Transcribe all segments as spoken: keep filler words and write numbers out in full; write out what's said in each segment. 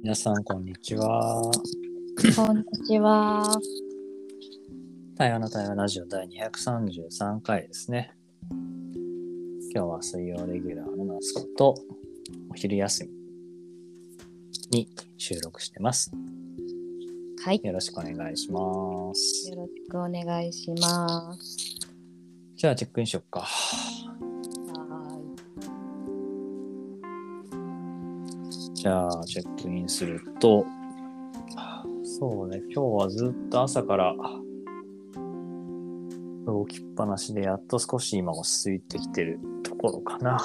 皆さんこんにちは。 こんにちは。 台湾の台湾ラジオ第にひゃくさんじゅうさんかいですね。今日は水曜レギュラーのナスコとお昼休みに収録してます。 はい。 よろしくお願いします。 よろしくお願いします。 じゃあチェックインしよっか。 はじゃあチェックインすると、そうね、今日はずっと朝から動きっぱなしでやっと少し今落ち着いてきてるところかな。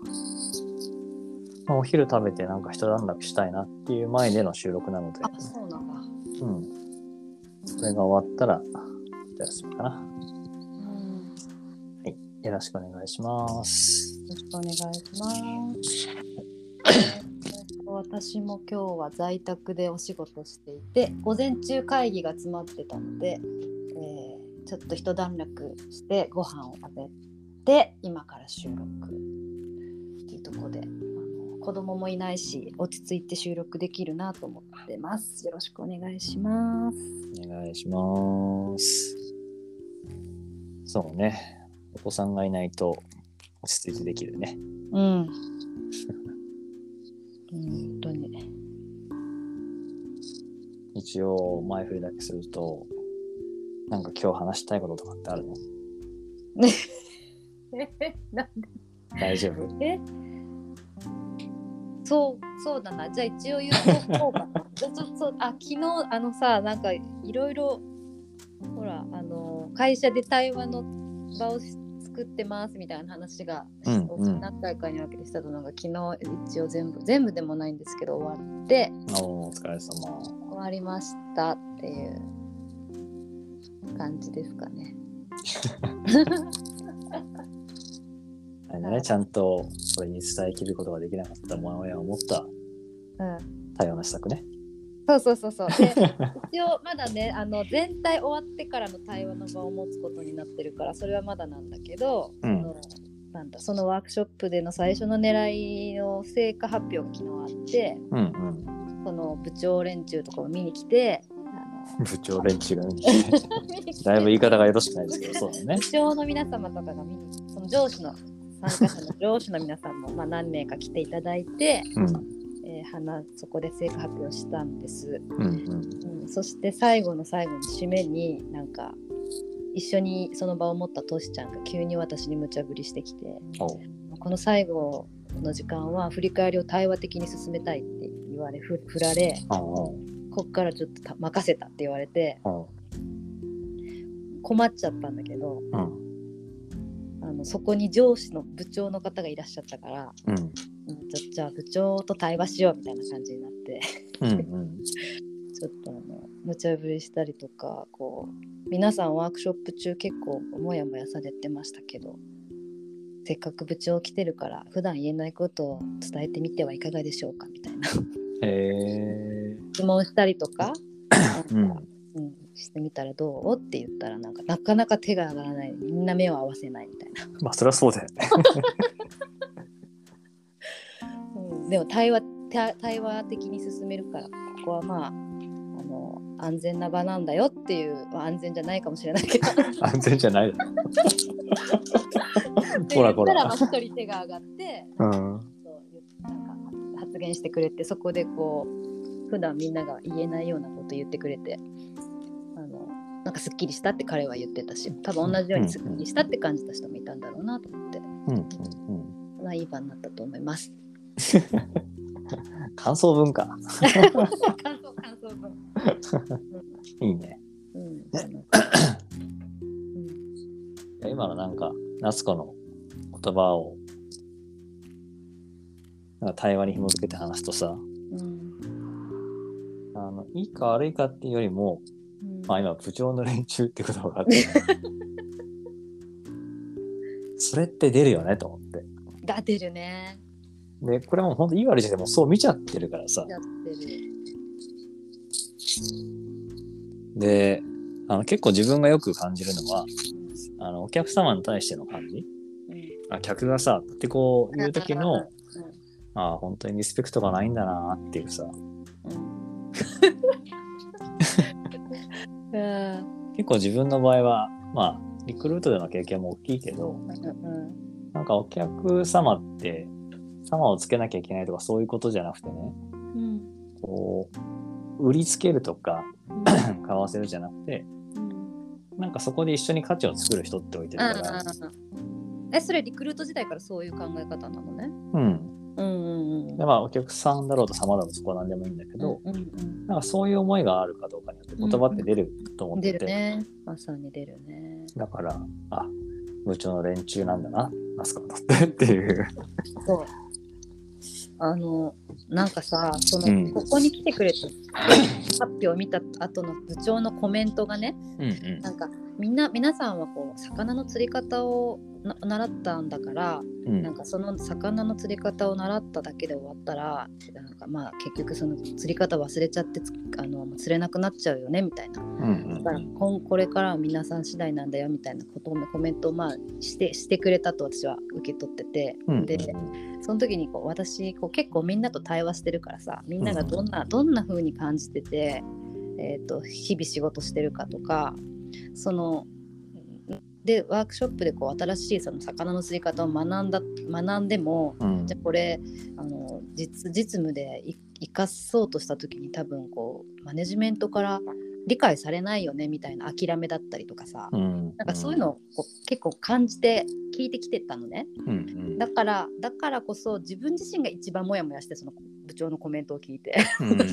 まあ、お昼食べてなんか一段落したいなっていう前での収録なので、 あ、そうなんだ。 うん。それが終わったらお休みかな。 うん。 はい、よろしくお願いします。 よろしくお願いします。私も今日は在宅でお仕事していて、午前中会議が詰まってたので、えー、ちょっと一段落してご飯を食べて今から収録っていうところで、あの子供もいないし落ち着いて収録できるなと思ってます。よろしくお願いします。 お願いします。そうね、お子さんがいないと落ち着いてできるね。 うん本当に。 一応前振りだけすると、なんか今日話したいこととかってあるの？ えなんで大丈夫？ えそうそうだな。じゃあ一応言うとこうかな。じゃあちょっとあ昨日あのさなんかいろいろほらあの会社で対話の場を作ってますみたいな話が、 うんうん、 何回かに分けてしたのが昨日一応全部全部でもないんですけど終わってお疲れ様。 終わりましたっていう感じですかね。 あれね、ちゃんとそれに伝えきることができなかったもやを持った対話の施策ね。 そうそうそうそう。で一応まだねあの全体終わってからの対話の場を持つことになってるからそれはまだなんだけど、うん、そのなんだそのワークショップでの最初の狙いの成果発表が昨日あって、 うんうん、 その部長連中とかを見に来てあの部長連中が見に来てだいぶ言い方がよろしくないですけどそうだね。 部長の皆様とかが見にその上司の参加者の上司の皆さんもまあ何名か来ていただいて、うんえー、話そこで成果発表したんです、うんうんうん、そして最後の最後の締めになんか一緒にその場を持ったトシちゃんが急に私に無茶ぶりしてきて、この最後の時間は振り返りを対話的に進めたいって言われふ振られ、こっからちょっと任せたって言われて困っちゃったんだけど、うんあのそこに上司の部長の方がいらっしゃったから、うん、じゃ、じゃあ部長と対話しようみたいな感じになってうん、うん、ちょっとあの無茶ぶりしたりとかこう皆さんワークショップ中結構もやもやされてましたけど、せっかく部長来てるから普段言えないことを伝えてみてはいかがでしょうかみたいなへ質問したりとかなんか、うんうんしてみたらどうって言ったらなんかなかなか手が上がらない、みんな目を合わせないみたいなまあそれはそうだよね、 うん、でも対話対話的に進めるからここはまああの安全な場なんだよっていう、まあ、安全じゃないかもしれないけど安全じゃないだろって言ったらまあ一人手が上がって、うん、そうなんか発言してくれて、そこでこう普段みんなが言えないようなこと言ってくれて、あのなんかすっきりしたって彼は言ってたし、多分同じようにすっきりしたって感じた人もいたんだろうなと思って、うんうんうん、まあいい場になったと思います感想文か感想感想文いいね、うん、今のなんか夏子の言葉をなんか対話に紐付けて話すとさ、うん、あのいいか悪いかっていうよりも、うん、まあ今部長の連中って言葉があってそれって出るよねと思って。 が出るね。 でこれも本当いい悪いじゃなくてもそう見ちゃってるからさ。やってる。であの結構自分がよく感じるのは、うん、あのお客様に対しての感じ、うん、あ客がさってこう言う時の、うん、あ本当にリスペクトがないんだなっていうさ、うん、 結構自分の場合はまあリクルートでの経験も大きいけど、 うんうん、 なんかお客様って様をつけなきゃいけないとかそういうことじゃなくてね、 うん、こう売りつけるとか、うん、買わせるじゃなくて、うん、なんかそこで一緒に価値を作る人って置いてるから、 えそれリクルート時代からそういう考え方なのね。 うん。うんうんうん、でまあお客さんだろうと様だろうとそこは何でもいいんだけど、うんうんうん、なんかそういう思いがあるかどうかによって言葉って出ると思ってて、 うんうん、出るね、まさに出るね。 だからあ部長の連中なんだなナスカとってっていうそうあのなんかさその、うん、ここに来てくれた発表を見た後の部長のコメントがね、うんうん、なんかみんな皆さんはこう魚の釣り方をな習ったんだから、うん、なんかその魚の釣り方を習っただけで終わったらなんかまあ結局その釣り方忘れちゃってあの釣れなくなっちゃうよねみたいな、うんうん、だからここれからは皆さん次第なんだよみたいなことをコメントをまあしてしてくれたと私は受け取ってて、うんうん、でその時にこう私こう結構みんなと対話してるからさみんながどんな、うん、どんな風に感じてて、えーと、日々仕事してるかとかそのでワークショップでこう新しいその魚の釣り方を学んだ学んでも、うん、じゃあこれあの 実, 実務で生かそうとした時に多分こうマネジメントから理解されないよねみたいな諦めだったりとかさ、うん、なんかそういうのをこう結構感じて聞いてきてたのね、うんうん、だからだからこそ自分自身が一番モヤモヤしてその部長のコメントを聞いて、うんうん、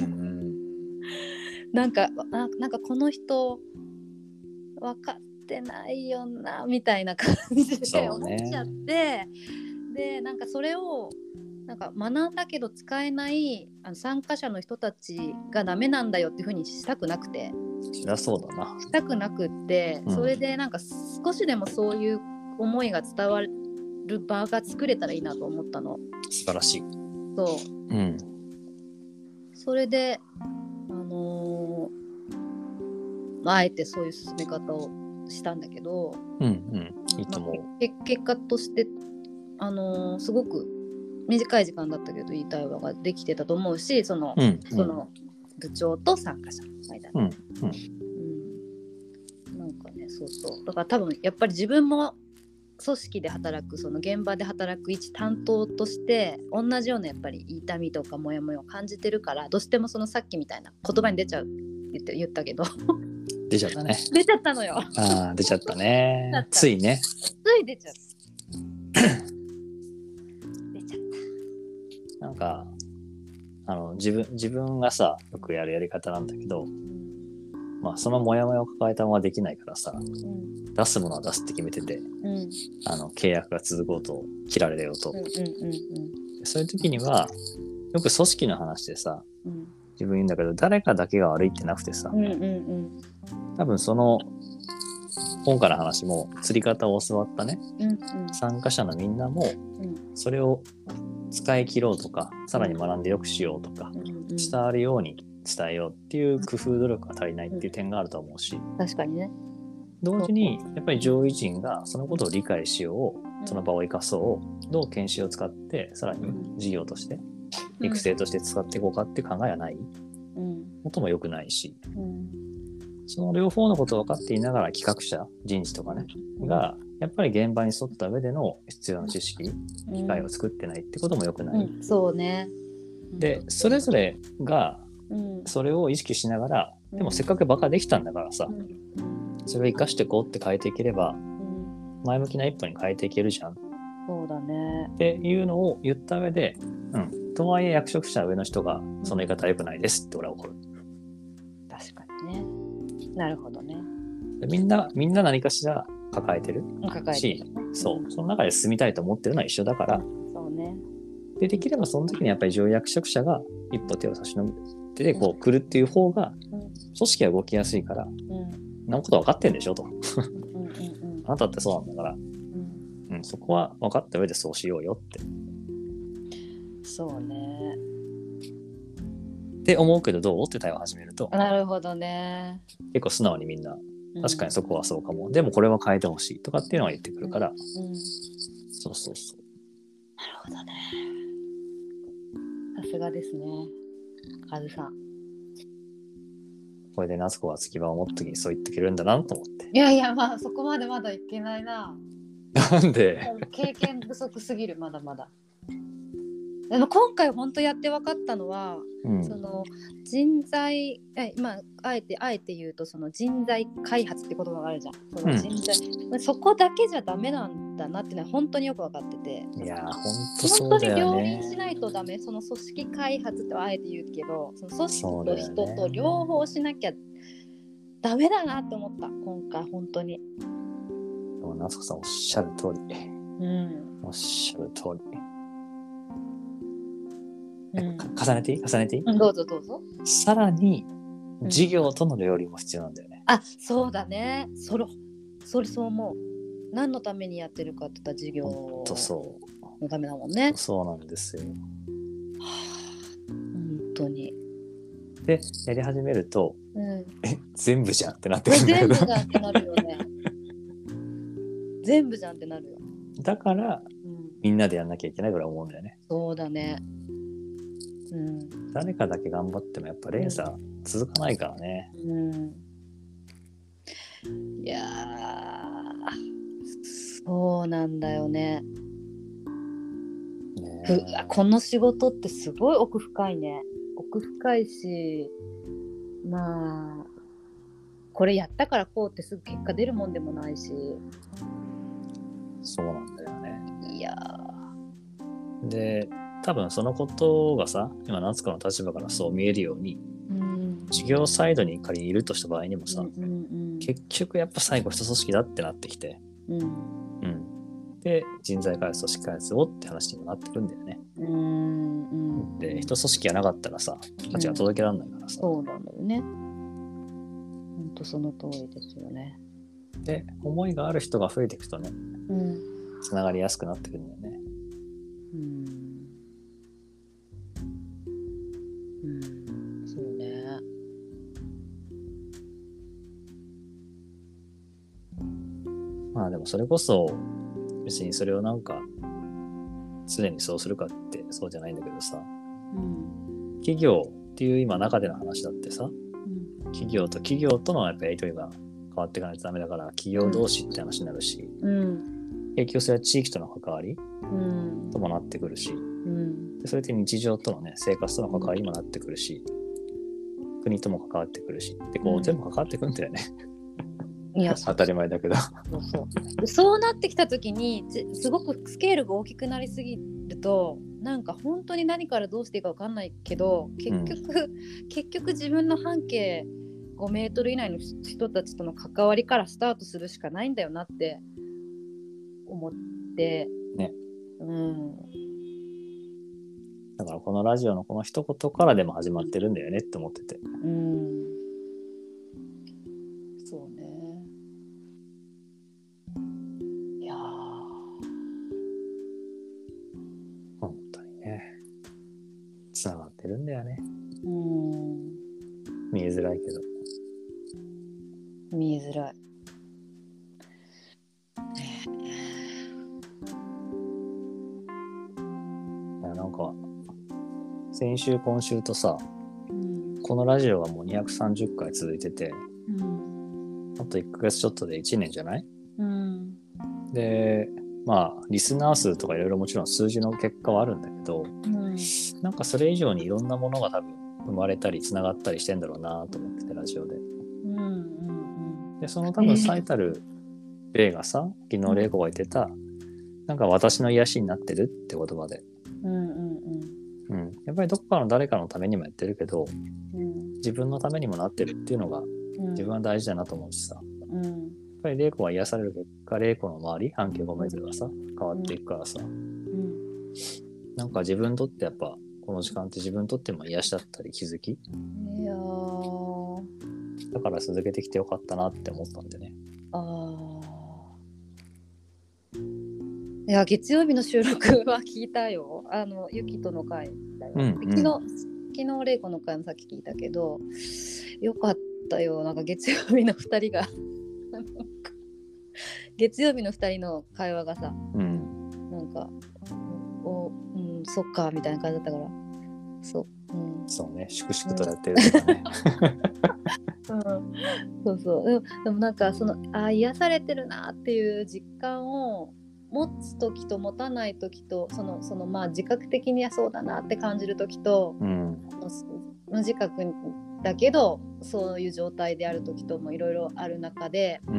なんかななんかこの人分かってないよなみたいな感じで思っちゃって、ね、でなんかそれをなんか学んだけど使えないあの参加者の人たちがダメなんだよっていう風にしたくなくてそりゃそうだなしたくなくって、うん、それでなんか少しでもそういう思いが伝わる場が作れたらいいなと思ったの。 素晴らしい。 そう、うん、それであのー、あえてそういう進め方をしたんだけど、 うんうん、いいと思う。 まあ、結果としてあのー、すごく短い時間だったけどいい対話ができてたと思うしその、うんうん、その部長と参加者の間に、うんうんうん、なんかねそうそうだから多分やっぱり自分も組織で働くその現場で働く一担当として同じようなやっぱり痛みとかモヤモヤを感じてるからどうしてもそのさっきみたいな言葉に出ちゃう言って言ったけど出ちゃったね出ちゃったのよあ出ちゃったねついねつい出ちゃった出ちゃったなんかあの自分自分がさよくやるやり方なんだけど、まあ、そのモヤモヤを抱えたままできないからさ、うん、出すものは出すって決めてて、うん、あの契約が続こうと切られようと、うんうんうんうん、そういう時にはよく組織の話でさ、うん、自分言うんだけど誰かだけが悪いってなくてさ、うんうんうん、多分その今回の話も釣り方を教わったね、うんうん、参加者のみんなもそれを使い切ろうとかさらに学んでよくしようとか、うんうん、伝わるように伝えようっていう工夫努力が足りないっていう点があると思うし、 確かにね同時にやっぱり上位陣がそのことを理解しようその場を生かそうどう研修を使ってさらに事業として育成として使っていこうかっていう考えはないことも良くないし、その両方のことを分かっていながら企画者人事とかねがやっぱり現場に沿った上での必要な知識機会を作ってないってことも良くない、 うんうん、そうねでそれぞれがそれを意識しながら、うん、でもせっかくバカできたんだからさ、うん、それを生かしていこうって変えていければ、うん、前向きな一歩に変えていけるじゃんそうだねっていうのを言った上で、うん、とはいえ役職者上の人がその言い方は良くないですって俺は怒る。 確かにねなるほどねでみんなみんな何かしら抱えてる抱えてる、 し、そうその中で進みたいと思ってるのは一緒だから、 そうねでできればその時にやっぱり上役職者が一歩手を差し伸べてでこう来るっていう方が組織は動きやすいから、うん、なこと分かってんでしょとうんうん、うん、あなたってそうなんだから、うんうん、そこは分かった上でそうしようよってそうねって思うけどどうって対話始めるとなるほどね結構素直にみんな確かにそこはそうかも、うん、でもこれは変えてほしいとかっていうのは言ってくるから、うんうん、そうそうそうなるほどねさすがですねカズさんこれで夏子は月場を持った時にそう言ってくれるんだなと思って。 いやいや、まあそこまでまだいけないな。 なんで経験不足すぎる、まだまだ。でも今回本当やって分かったのは、うん、その人材え、まあ、あえてあえて言うとその人材開発って言葉があるじゃん。その人材、うん、そこだけじゃダメなんだなってのは本当によく分かってて。 いや本当そうだよね。 本当に両輪しないとダメ。その組織開発ってあえて言うけど、その組織と人と両方しなきゃダメだなって思った今回本当に。 でも夏子さんおっしゃる通り、うん、おっしゃる通り。うん、重ねていい重ねていい、 うん、どうぞどうぞ。 さらに事業との両輪も必要なんだよね、 うん、あ、そうだね。それそれそう思う。何のためにやってるかって言ったら事業のためだもんね。 そうなんですよ、はあ、本当に。 でやり始めると、うん、え全部じゃんってなってくるんだけど全部じゃんってなるよね全部じゃんってなるよ。 だから、うん、みんなでやんなきゃいけないぐらい思うんだよね。 そうだね。 うん、誰かだけ頑張ってもやっぱ連鎖続かないからね、うんうん、いやそうなんだよね。ねこの仕事ってすごい奥深いね。奥深いし、まあこれやったからこうってすぐ結果出るもんでもないし。 そうなんだよね。 いやで多分そのことがさ、今夏子の立場からそう見えるように、うん、事業サイドに仮にいるとした場合にもさ、うんうんうん、結局やっぱ最後一組織だってなってきて、うんうん、で人材開発組織開発をって話にもなってくるんだよね、うんうん、で一組織がなかったらさ価値が届けられないからさ、 うん、そうなんだよね。ほんとその通りですよね。 で思いがある人が増えていくとね、うん、つながりやすくなってくるんだよね。うんうん、そうね。 まあでもそれこそ別にそれをなんか常にそうするかってそうじゃないんだけどさ、うん、企業っていう今中での話だってさ、うん、企業と企業とのやっぱりやり取りが変わっていかないとダメだから企業同士って話になるし、うん、結局それは地域との関わり、うん、ともなってくるし、うん、でそれって日常とのね生活との関わりにもなってくるし、うん、国とも関わってくるしでこう、うん、全部関わってくるんだよね。いや当たり前だけどそうそうそうなってきた時にすごくスケールが大きくなりすぎるとなんか本当に何からどうしていいか分かんないけど結局、うん、結局自分の半径ごメートル以内の人たちとの関わりからスタートするしかないんだよなって思ってね、うん、 だからこのラジオのこの一言からでも始まってるんだよねって思ってて、うん、 そうね。いや本当にねつながってるんだよね。うん、見えづらいけど見えづらい。 いやなんか先週今週とさ、うん、このラジオがもうにひゃくさんじゅっかい続いてて、うん、あといっかげつちょっとでいちねんじゃない、うん、でまあリスナー数とかいろいろもちろん数字の結果はあるんだけど、うん、なんかそれ以上にいろんなものが多分生まれたりつながったりしてんだろうなと思っててラジオで、うんうんうん、でその多分最たる例がさ、昨日玲子が言ってたなんか私の癒しになってるって言葉で、うんうんうんうん、やっぱりどこかの誰かのためにもやってるけど、うん、自分のためにもなってるっていうのが自分は大事だなと思うしさ、うん、やっぱり玲子は癒される結果玲子の周り半径ごメートルがさ変わっていくからさ、うん、なんか自分にとってやっぱこの時間って自分にとっても癒しだったり気づき、いやだから続けてきてよかったなって思ったんでね。あいや月曜日の収録は聞いたよ。あのゆきとの会だよ、うんうん、昨日昨日玲子の会もさっき聞いたけどよかったよ。なんか月曜日のふたりが月曜日のふたりの会話がさ、うん、なんかお、うん、そっかみたいな感じだったからそう、うん、 そうね粛々とやってるとかね、 そうそうでも、でもなんかそのあ癒されてるなっていう実感を持つ時と持たない時とそのそのまあ自覚的にはそうだなって感じる時と、うん、無自覚だけどそういう状態である時ともいろいろある中で、うん、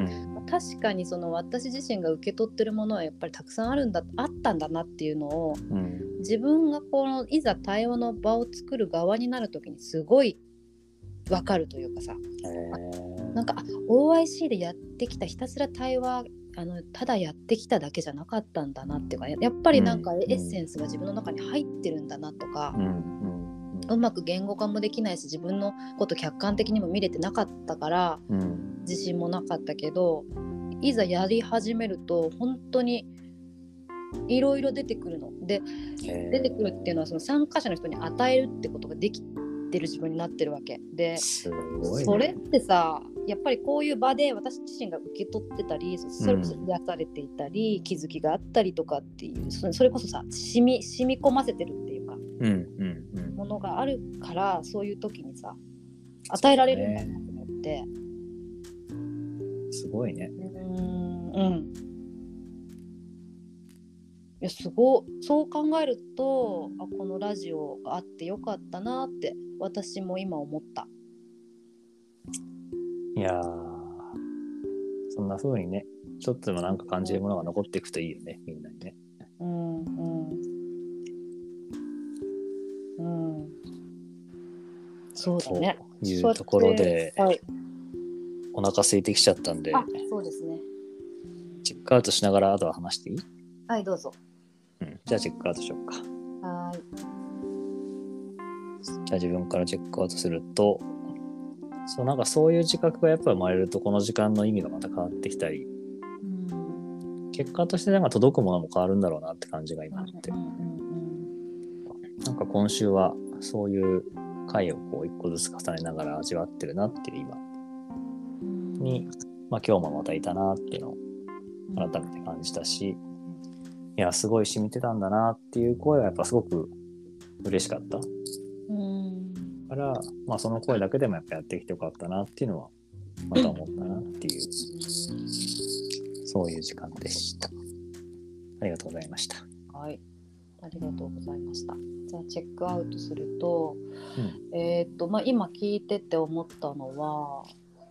確かにその私自身が受け取ってるものはやっぱりたくさんあるんだあったんだなっていうのを、うん、自分がこのいざ対話の場を作る側になる時にすごい分かるというかさ、なんか オーアイシー でやってきたひたすら対話あのただやってきただけじゃなかったんだなっていうか、やっぱりなんかエッセンスが自分の中に入ってるんだなとか、うんうんうん、うまく言語化もできないし自分のこと客観的にも見れてなかったから、うん、自信もなかったけどいざやり始めると本当にいろいろ出てくるので、出てくるっていうのはその参加者の人に与えるってことができてる自分になってるわけで、すごいね、それってさやっぱりこういう場で私自身が受け取ってたりそれこそ癒されていたり、うん、気づきがあったりとかっていうそれこそさ染み、染み込ませてるっていうか、うんうんうん、ものがあるからそういう時にさ与えられるんだなと思って、ね、 すごいね。 うーん、うん、いやすごそう考えるとあこのラジオがあってよかったなって私も今思った。 いやーそんな風にねちょっとでもなんか感じるものが残っていくといいよね、みんなにね。うんうんうんそうだね。 というところで、はい、お腹空いてきちゃったんで、 あそうですね、 チェックアウトしながらあとは話していい？ はいどうぞ。 うん、じゃあチェックアウトしようか。 はい。 じゃあ自分からチェックアウトすると、そうなんかそういう自覚がやっぱり生まれるとこの時間の意味がまた変わってきたり、うん、結果としてなんか届くものも変わるんだろうなって感じが今あって、うんうんうんうん、なんか今週はそういう回をこう一個ずつ重ねながら味わってるなっていう今に、まあ今日もまたいたなっていうのを改めて感じたし、いやすごい染みてたんだなっていう声はやっぱすごく嬉しかった。うんから、まあ、その声だけでもやっぱやってきてよかったなっていうのはまた思ったなっていうそういう時間でした。ありがとうございました。 はい、ありがとうございました。じゃあチェックアウトすると、うん、えーっとまあ、今聞いてて思ったのは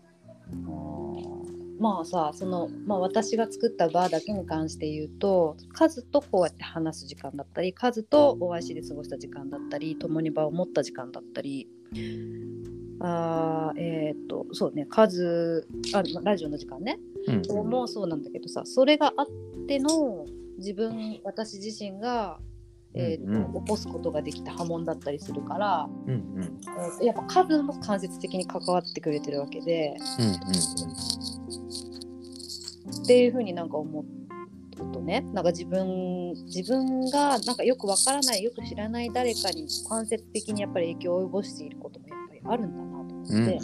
まあさその、まあ、私が作った場だけに関して言うとカズとこうやって話す時間だったりカズと オーアイシー で過ごした時間だったり共に場を持った時間だったりあえっとそうねカズあラジオの時間ね、うん、もうそうなんだけどさそれがあっての自分私自身がえーとうんうん、起こすことができた波紋だったりするから、うんうんえー、とやっぱ数も間接的に関わってくれてるわけで、うんうんうん、っていう風になんか思うとねなんか自分自分がなんかよくわからないよく知らない誰かに間接的にやっぱり影響を及ぼしていることもやっぱりあるんだなと思って、うん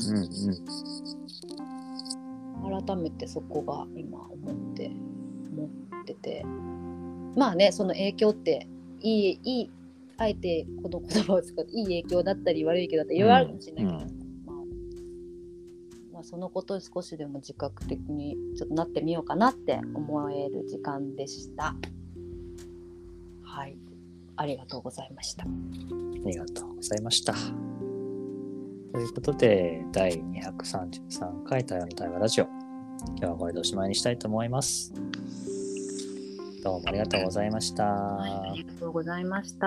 うんうん、改めてそこが今思って思っててまあねその影響っていいいいあえてこの言葉を使ういい影響だったり悪い影響だったりいろいろあるかもしれないけど、うんうんまあまあ、そのことを少しでも自覚的にちょっとなってみようかなって思える時間でした。はい、ありがとうございました。 ありがとうございました。ということでだいにひゃくさんじゅうさんかい対話の対話ラジオ今日はこれでおしまいにしたいと思います。どうもありがとうございました。 はい、ありがとうございました。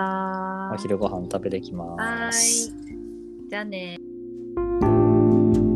お昼ご飯食べてきます。 はい。じゃあね。